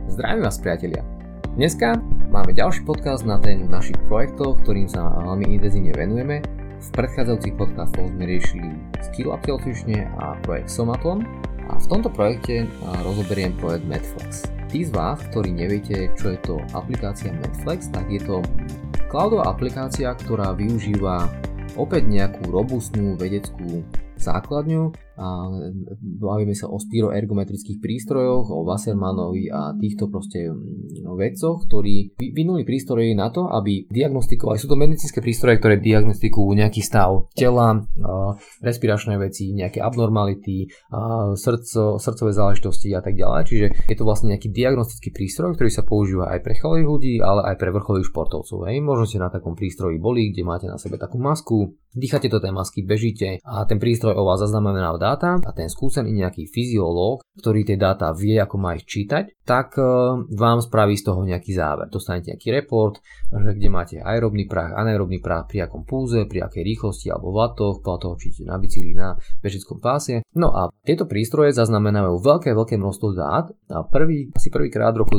Zdravím vás, priatelia. Dneska máme ďalší podcast na tému našich projektov, ktorým sa veľmi intenzívne venujeme. V predchádzajúcich podcastoch sme riešili Skill Up telocvične a projekt Somaton a v tomto projekte rozoberiem projekt Medflex. Tí z vás, ktorí neviete, čo je to aplikácia Medflex, tak je to cloudová aplikácia, ktorá využíva opäť nejakú robustnú vedeckú základňu. Bavíme sa o spiroergometrických prístrojoch, o Wassermanovi a týchto proste vedcoch, ktorí vynuli prístroje na to, aby diagnostikovali. Sú to medicínske prístroje, ktoré diagnostikujú nejaký stav tela, respiračné veci, nejaké abnormality, srdcové záležitosti a tak ďalej. Čiže je to vlastne nejaký diagnostický prístroj, ktorý sa používa aj pre chalých ľudí, ale aj pre vrcholových športovcov. Možno ste na takom prístroji boli, kde máte na sebe takú masku, dýchate do tej masky, bežíte a ten prístroj o vás zaznamená dáta a ten skúsený nejaký fyziológ, ktorý tie dáta vie, ako má ich čítať, tak vám spraví z toho nejaký záver. Dostanete nejaký report, že kde máte aerobný prach, anaerobný prach, pri akom pulze, pri akej rýchlosti alebo vatoch, podľa toho, či ste na bicykli, na bežeckom páse. No a tieto prístroje zaznamenajú veľké množstvo dát a prvýkrát v roku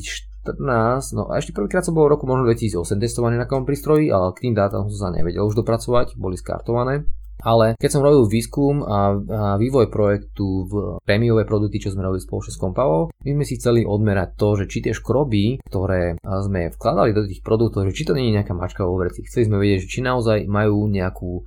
2014, no a ešte prvýkrát som bol v roku možno 2008 testovaný na takom prístroji, ale k tým dátam som sa nevedel už dopracovať, boli skartované. Ale keď som robil výskum a vývoj projektu v prémiové produkty, čo sme robili spoločne s Compavou, my sme si chceli odmerať to, že či tie škroby, ktoré sme vkladali do tých produktov, že či to nie je nejaká mačka vo vreci. Chceli sme vedieť, že či naozaj majú nejakú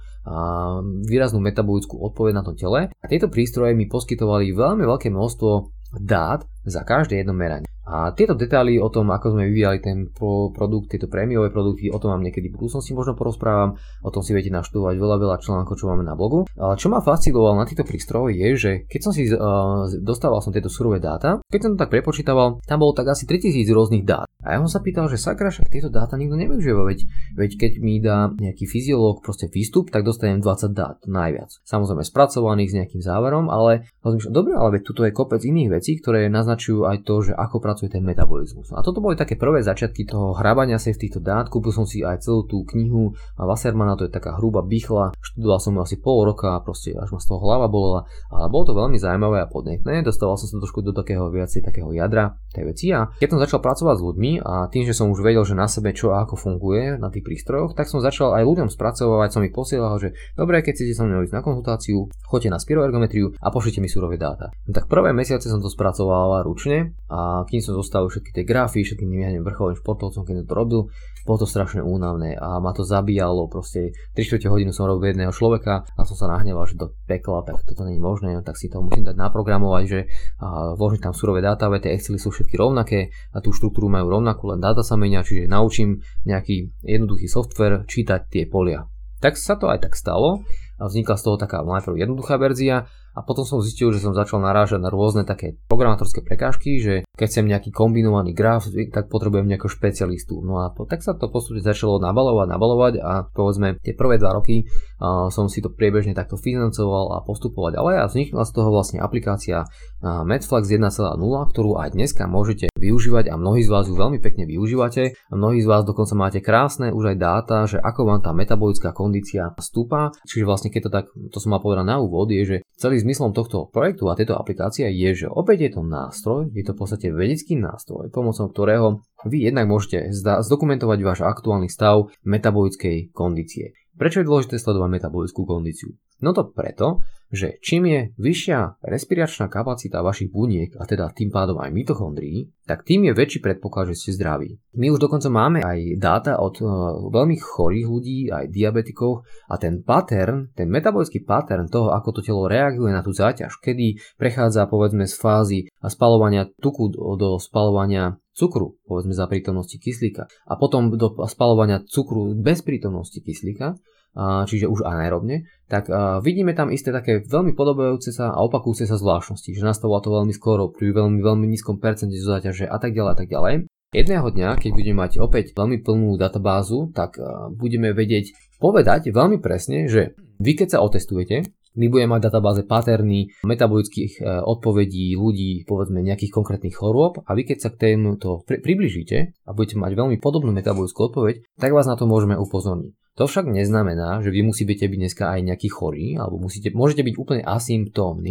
výraznú metabolickú odpoveď na tom tele. A tieto prístroje mi poskytovali veľmi veľké množstvo dát za každé jedno meranie. A tieto detaily o tom, ako sme vyvíjali ten produkt, tieto prémiové produkty, o tom vám niekedy v budúcnosti možno porozprávam, o tom si viete naštudovať veľa článkov, čo máme na blogu. Ale čo ma fascinovalo na týchto prístrojoch je, že keď som si dostával tieto surové dáta, keď som to tak prepočítaval, tam bolo tak asi 3000 rôznych dát. A ja som sa pýtal, že sakra, však tieto dáta nikto nevyužíva, veď keď mi dá nejaký fyziológ proste výstup, tak dostanem 20 dát najviac. Samozrejme spracovaných s nejakým záverom, ale dobre, ale veď tuto je kopec iných vecí, ktoré naznačujú aj to, že ako pracuje ten metabolizmus. A toto boli také prvé začiatky toho hrabania sa v týchto dát. Kúpil som si aj celú tú knihu Wassermana, to je taká hrubá bichla. Študoval som ju asi pol roka a proste až ma z toho hlava bolela, ale bolo to veľmi zaujímavé a podnetné. Dostával som sa trošku do takého jadra tej veci a keď som začal pracovať s ľuďmi a tým, že som už vedel, že na sebe čo a ako funguje na tých prístrojoch, tak som začal aj ľuďom spracovať, som ich posielal, že dobre, keď chcete so mnou ísť na konzultáciu, choďte na spiroergometriu a pošlite mi surové dáta. No tak prvé mesiace som to spracoval ručne a kým som zostavil všetky tie grafy, všetkým vrcholovým športovcom, keď som to robil, bolo to strašne únavné a ma to zabíjalo, proste 3/4 hodinu som robil jedného človeka a som sa nahneval, že do pekla, tak toto nie je možné, tak si to musím dať naprogramovať, že vložiť tam surové dáta, tie Excely sú všetky rovnaké a tú štruktúru majú rovnakú, len dáta sa menia, čiže naučím nejaký jednoduchý software čítať tie polia. Tak sa to aj tak stalo a vznikla z toho taká najprv jednoduchá verzia a potom som zistil, že som začal narážať na rôzne také programátorské prekážky, že keď chcem nejaký kombinovaný graf, tak potrebujem nejakého špecialistu. No a tak sa to postupne začalo nabalovať a povedzme tie prvé 2 roky som si to priebežne takto financoval a postupovať. Ale vznikla z toho vlastne aplikácia Medflex 1.0, ktorú aj dneska môžete využívať a mnohí z vás ju veľmi pekne využívate. A mnohí z vás dokonca máte krásne už aj dáta, že ako vám tá metabolická kondícia stúpa. Čiže vlastne keď to som mal povedať na úvod, je, že celý zmyslom tohto projektu a tejto aplikácie je, že opäť je to nástroj, je to v podstate vedecký nástroj, pomocou ktorého vy jednak môžete zdokumentovať váš aktuálny stav metabolickej kondície. Prečo je dôležité sledovať metabolickú kondíciu? No to preto, že čím je vyššia respiračná kapacita vašich buniek, a teda tým pádom aj mitochondrií, tak tým je väčší predpoklad, že ste zdraví. My už dokonca máme aj dáta od veľmi chorých ľudí, aj diabetikov a ten metabolický pattern toho, ako to telo reaguje na tú záťaž, kedy prechádza povedzme z fázy spaľovania tuku do spaľovania cukru, povedzme za prítomnosti kyslíka a potom do spaľovania cukru bez prítomnosti kyslíka, čiže už anaerobne, tak vidíme tam isté také veľmi podobajúce sa a opakujúce sa zvláštnosti, že nastalo to veľmi skoro pri veľmi nízkom percente záťaže a tak ďalej. Jedného dňa, keď budeme mať opäť veľmi plnú databázu, tak budeme vedieť povedať veľmi presne, že vy keď sa otestujete, my budeme mať databáze paterny metabolických odpovedí ľudí, povedzme nejakých konkrétnych chorôb a vy keď sa k témuto približíte a budete mať veľmi podobnú metabolickú odpoveď, tak vás na to môžeme upozorniť. To však neznamená, že vy musíte byť dneska aj nejaký chorý alebo môžete byť úplne asymptómni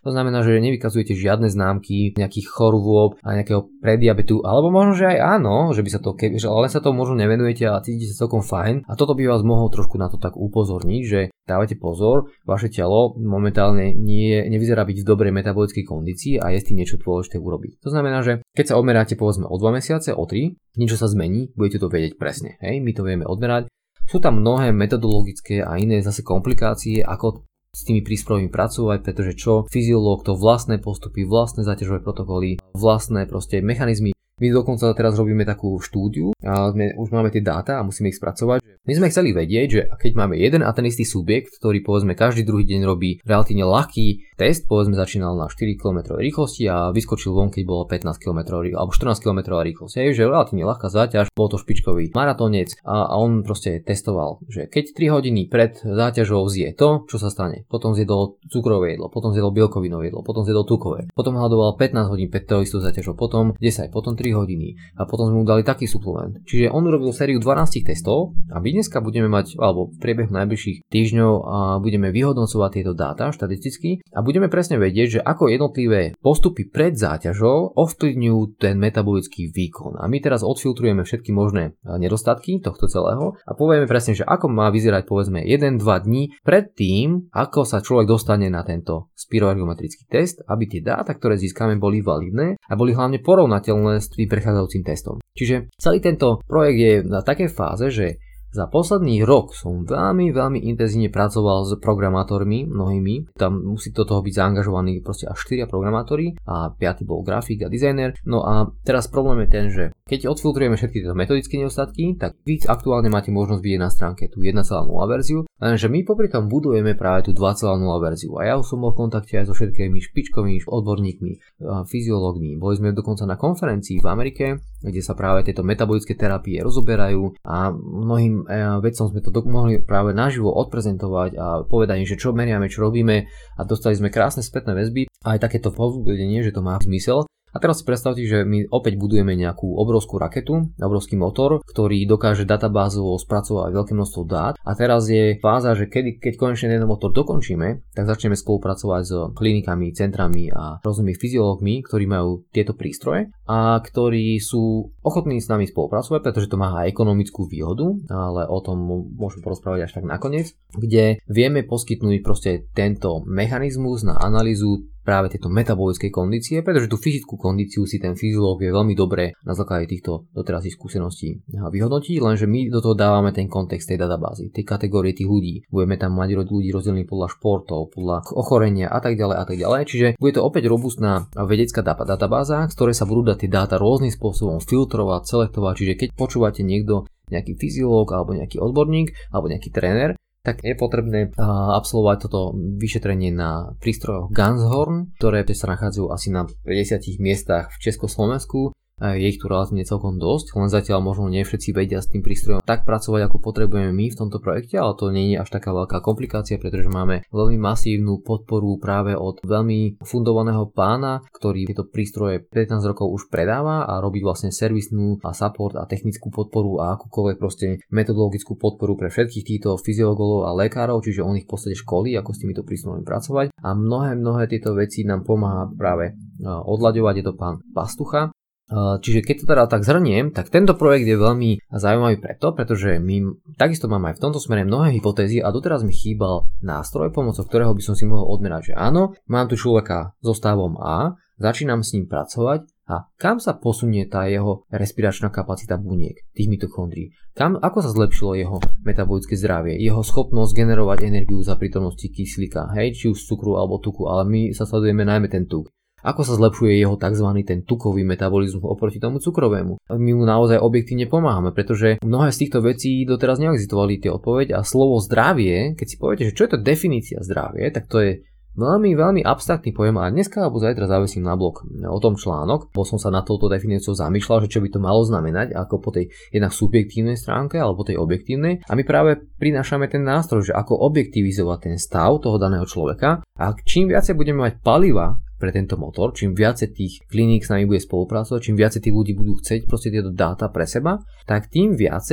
To znamená, že nevykazujete žiadne známky nejakých chorôb a nejakého prediabetu, alebo možno, že aj áno, že by sa to, ale sa to možno nevenujete a cítite sa celkom fajn. A toto by vás mohlo trošku na to tak upozorniť, že dávajte pozor, vaše telo momentálne nevyzerá byť v dobrej metabolickej kondícii a je s tým niečo dôležité urobiť. To znamená, že keď sa odmeráte povedzme o 2 mesiace, o 3, niečo sa zmení, budete to vedieť presne. Hej, my to vieme odmerať. Sú tam mnohé metodologické a iné zase komplikácie, ako s tými prístrojmi pracovať, pretože čo fyziológ, to vlastné postupy, vlastné záťažové protokoly, vlastné proste mechanizmy. My dokonca teraz robíme takú štúdiu a už máme tie dáta a musíme ich spracovať. My sme chceli vedieť, že keď máme jeden a ten istý subjekt, ktorý povedzme každý druhý deň robí relatívne ľahký test, povedzme začínal na 4 km rýchlosti a vyskočil von, keď bolo 15 km alebo 14 km rýchlosť. Je, že relatívne ľahká záťaž, bol to špičkový maratónec a on proste testoval, že keď 3 hodiny pred záťažou zje to, čo sa stane. Potom zjedol cukrové jedlo, potom zjedol bielkovinové jedlo, potom zjedol tukové. Potom hľadoval 15 hodín pred tou istou záťažou, potom 10, potom 3 hodiny a potom sme mu dali taký suplement. Čiže on urobil sériu 12 testov a my dneska budeme mať, alebo v priebehu najbližších týždňov budeme vyhodnocovať tieto dáta štatisticky a budeme presne vedieť, že ako jednotlivé postupy pred záťažou ovplyvňujú ten metabolický výkon. A my teraz odfiltrujeme všetky možné nedostatky tohto celého a povieme presne, že ako má vyzerať povedzme 1-2 dní pred tým, ako sa človek dostane na tento spiroergometrický test, aby tie dáta, ktoré získame, boli validné a boli hlavne porovnateľné s tým prechádzajúcim testom. Čiže celý tento projekt je na takej fáze, že za posledný rok som veľmi intenzívne pracoval s programátormi, mnohými. Tam musí do toho byť zaangažovaní proste až 4 programátori a 5 bol grafik a dizajner. No a teraz problém je ten, že keď odfiltrujeme všetky tieto metodické nedostatky, tak vy aktuálne máte možnosť vidieť na stránke tú 1.0 verziu, lenže my popri tom budujeme práve tú 2.0 verziu. A ja už som bol v kontakte aj so všetkými špičkovými odborníkmi, fyziológmi. Boli sme dokonca na konferencii v Amerike, kde sa práve tieto metabolické terapie rozoberajú a mnohým vedcom sme to mohli práve naživo odprezentovať a povedať im, že čo meriame, čo robíme a dostali sme krásne spätné väzby a aj takéto povzbudenie, že to má zmysel. A teraz si predstavte, že my opäť budujeme nejakú obrovskú raketu, obrovský motor, ktorý dokáže databázovo spracovať veľké množstvo dát. A teraz je fáza, že keď konečne ten motor dokončíme, tak začneme spolupracovať s klinikami, centrami a rôznymi fyziológmi, ktorí majú tieto prístroje a ktorí sú ochotní s nami spolupracovať, pretože to má aj ekonomickú výhodu, ale o tom môžem porozprávať až tak nakoniec, kde vieme poskytnúť proste tento mechanizmus na analýzu práve tieto metabolickej kondície, pretože tú fyzickú kondíciu si ten fyziológ vie veľmi dobre na základe týchto doterajších skúseností vyhodnotiť, lenže my do toho dávame ten kontext tej databázy, tej kategórie tých ľudí. Budeme tam mať ľudí rozdelených podľa športov, podľa ochorenia a tak ďalej. Čiže bude to opäť robustná vedecká databáza, z ktorej sa budú dať tie dáta rôznym spôsobom filtrovať, selektovať, čiže keď počúvate nejaký fyziológ alebo nejaký odborník alebo nejaký tréner, tak je potrebné absolvovať toto vyšetrenie na prístrojoch Ganzhorn, ktoré sa nachádzajú asi na 50 miestach v Československu. Je ich tu relatívne celkom dosť, len zatiaľ možno nie všetci vedia s tým prístrojom tak pracovať, ako potrebujeme my v tomto projekte, ale to nie je až taká veľká komplikácia, pretože máme veľmi masívnu podporu práve od veľmi fundovaného pána, ktorý tieto prístroje 15 rokov už predáva a robí vlastne servisnú a support a technickú podporu a akúkoľvek proste metodologickú podporu pre všetkých týchto fyziológov a lekárov, čiže on ich v podstate školí, ako s týmito prístrojmi pracovať a mnohé tieto veci nám pomáha práve odľaďovať, je to pán Pastucha. Čiže keď to teda tak zhrniem, tak tento projekt je veľmi zaujímavý pretože my takisto máme aj v tomto smere mnohé hypotézy a doteraz mi chýbal nástroj, pomocou ktorého by som si mohol odmerať, že áno, mám tu človeka so stavom A, začínam s ním pracovať a kam sa posunie tá jeho respiračná kapacita buniek, tých mitochondrií, ako sa zlepšilo jeho metabolické zdravie, jeho schopnosť generovať energiu za prítomnosti kyslíka, hej, či už z cukru alebo tuku, ale my sa sledujeme najmä ten tuk. Ako sa zlepšuje jeho tzv. Ten tukový metabolizmus oproti tomu cukrovému. My mu naozaj objektívne pomáhame, pretože mnohé z týchto vecí doteraz neexistovali tie odpoveď a slovo zdravie, keď si poviete, že čo je to definícia zdravie, tak to je veľmi abstraktný pojem a dneska alebo zajtra zavesím na blog o tom článok, bo som sa na touto definíciou zamýšľal, že čo by to malo znamenať, ako po tej jednak subjektívnej stránke alebo po tej objektívnej a my práve prinášame ten nástroj, že ako objektivizovať ten stav toho daného človeka a čím viacej budeme mať paliva pre tento motor, čím viacej tých kliník s nami bude spolupracovať, čím viacej tých ľudí budú chcieť proste tieto dáta pre seba, tak tým viacej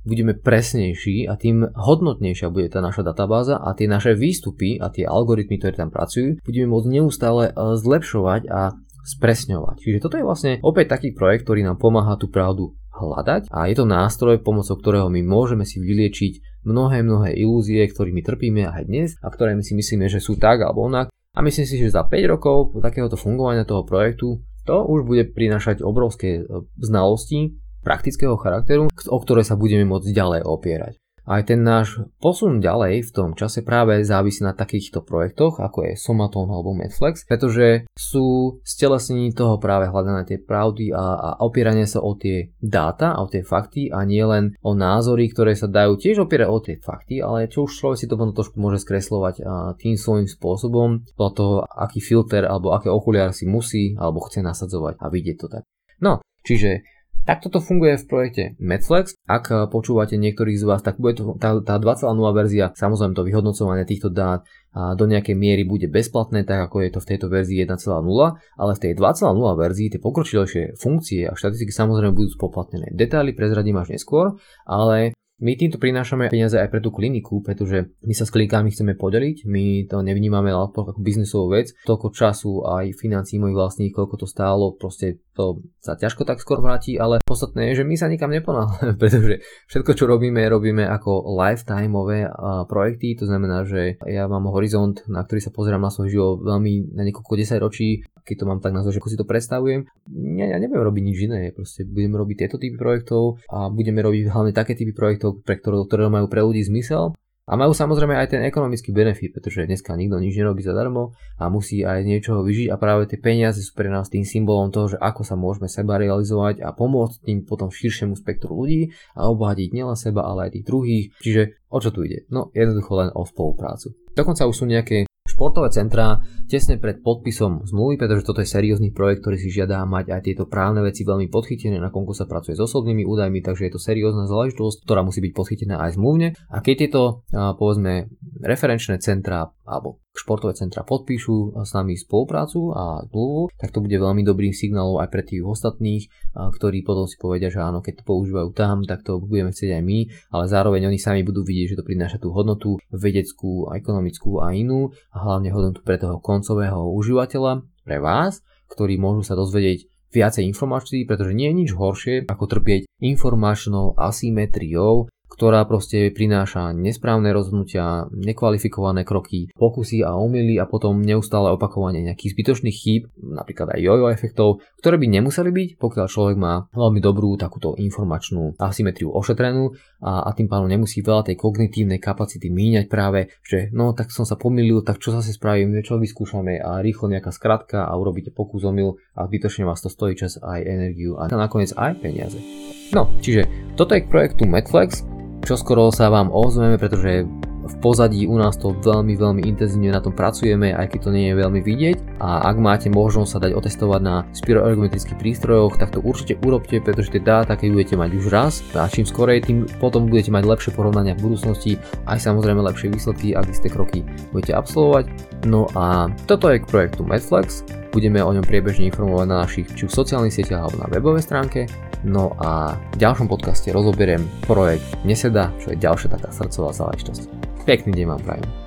budeme presnejší a tým hodnotnejšia bude tá naša databáza a tie naše výstupy a tie algoritmy, ktoré tam pracujú, budeme môcť neustále zlepšovať a spresňovať. Čiže toto je vlastne opäť taký projekt, ktorý nám pomáha tú pravdu hľadať a je to nástroj, pomocou ktorého my môžeme si vyliečiť mnohé ilúzie, ktorými trpíme aj dnes a ktoré my si myslíme, že sú tak alebo onak. A myslím si, že za 5 rokov takéhoto fungovania toho projektu to už bude prinášať obrovské znalosti praktického charakteru, o ktoré sa budeme môcť ďalej opierať. Aj ten náš posun ďalej v tom čase práve závisí na takýchto projektoch, ako je Somaton alebo Medflex, pretože sú stelesnení toho práve hľadania tej pravdy a opieranie sa o tie dáta a o tie fakty a nie len o názory, ktoré sa dajú tiež opierať o tie fakty, ale čo už človek si to potom trošku môže skreslovať tým svojím spôsobom, podľa toho, aký filter alebo aké okuliare si musí alebo chce nasadzovať a vidieť to tak. No, čiže takto to funguje v projekte Medflex. Ak počúvate niektorých z vás, tak bude to tá 2.0 verzia, samozrejme to vyhodnocovanie týchto dát do nejakej miery bude bezplatné, tak ako je to v tejto verzii 1.0, ale v tej 2.0 verzii tie pokročilejšie funkcie a štatistiky samozrejme budú spoplatnené. Detaily prezradím až neskôr, ale my týmto prinášame peniaze aj pre tú kliniku, pretože my sa s klinikami chceme podeliť, my to nevnímame ako biznisovú vec, toľko času aj financií mojich vlastných, koľko to stálo, proste to sa ťažko tak skôr vráti, ale podstatné je, že my sa nikam neponáhľame, pretože všetko čo robíme ako lifetimeové projekty, to znamená, že ja mám horizont, na ktorý sa pozerám na svoj život veľmi na niekoľko 10 ročí, keď to mám tak nazvať, že ako si to predstavujem. Ja nebudem robiť nič iné, proste budeme robiť tieto typy projektov a budeme robiť hlavne také typy projektov, ktoré majú pre ľudí zmysel a majú samozrejme aj ten ekonomický benefit, pretože dneska nikto nič nerobí zadarmo a musí aj niečoho vyžiť a práve tie peniaze sú pre nás tým symbolom toho, že ako sa môžeme seba realizovať a pomôcť tým potom širšiemu spektru ľudí a obohatiť nielen seba, ale aj tých druhých. Čiže o čo tu ide? No jednoducho len o spoluprácu. Dokonca už sú nejaké športové centrá tesne pred podpisom zmluvy, pretože toto je seriózny projekt, ktorý si žiada mať aj tieto právne veci veľmi podchytené, na konku sa pracuje s osobnými údajmi, takže je to seriózna záležitosť, ktorá musí byť podchytená aj zmluvne. A keď tieto povedzme referenčné centrá alebo športové centrá podpíšu s nami spoluprácu a zmluvu, tak to bude veľmi dobrým signálom aj pre tých ostatných, ktorí potom si povedia, že áno, keď to používajú tam, tak to budeme chcieť aj my, ale zároveň oni sami budú vidieť, že to prináša tú hodnotu vedeckú, ekonomickú a inú a hlavne hodnotu pre toho koncového užívateľa, pre vás, ktorí môžu sa dozvedieť viacej informácií, pretože nie je nič horšie ako trpieť informačnou asymetriou, ktorá proste prináša nesprávne rozhodnutia, nekvalifikované kroky, pokusy a omyly a potom neustále opakovanie nejakých zbytočných chýb, napríklad aj jojo efektov, ktoré by nemuseli byť, pokiaľ človek má veľmi dobrú takúto informačnú asymetriu ošetrenú a tým pádom nemusí veľa tej kognitívnej kapacity míňať práve, že no tak som sa pomýlil, tak čo zase spravím, čo vyskúšame a rýchlo nejaká skratka a urobíte pokus omyl a zbytočne vás to stojí čas aj energiu a nakoniec aj peniaze. No, čiže toto je k projektu Medflex. Čoskoro sa vám ozveme, pretože v pozadí u nás to veľmi intenzívne na tom pracujeme, aj keď to nie je veľmi vidieť. A ak máte možnosť sa dať otestovať na spiroergometrických prístrojoch, tak to určite urobte, pretože tie dáta, keď budete mať už raz a čím skorej, tým potom budete mať lepšie porovnania v budúcnosti, aj samozrejme lepšie výsledky, ak isté kroky budete absolvovať. No a toto je k projektu Medflex. Budeme o ňom priebežne informovať na našich či v sociálnych sieťach alebo na webovej stránke. No a v ďalšom podcaste rozoberiem projekt Neseda, čo je ďalšia taká srdcová záležitosť. Pekný deň vám prajem.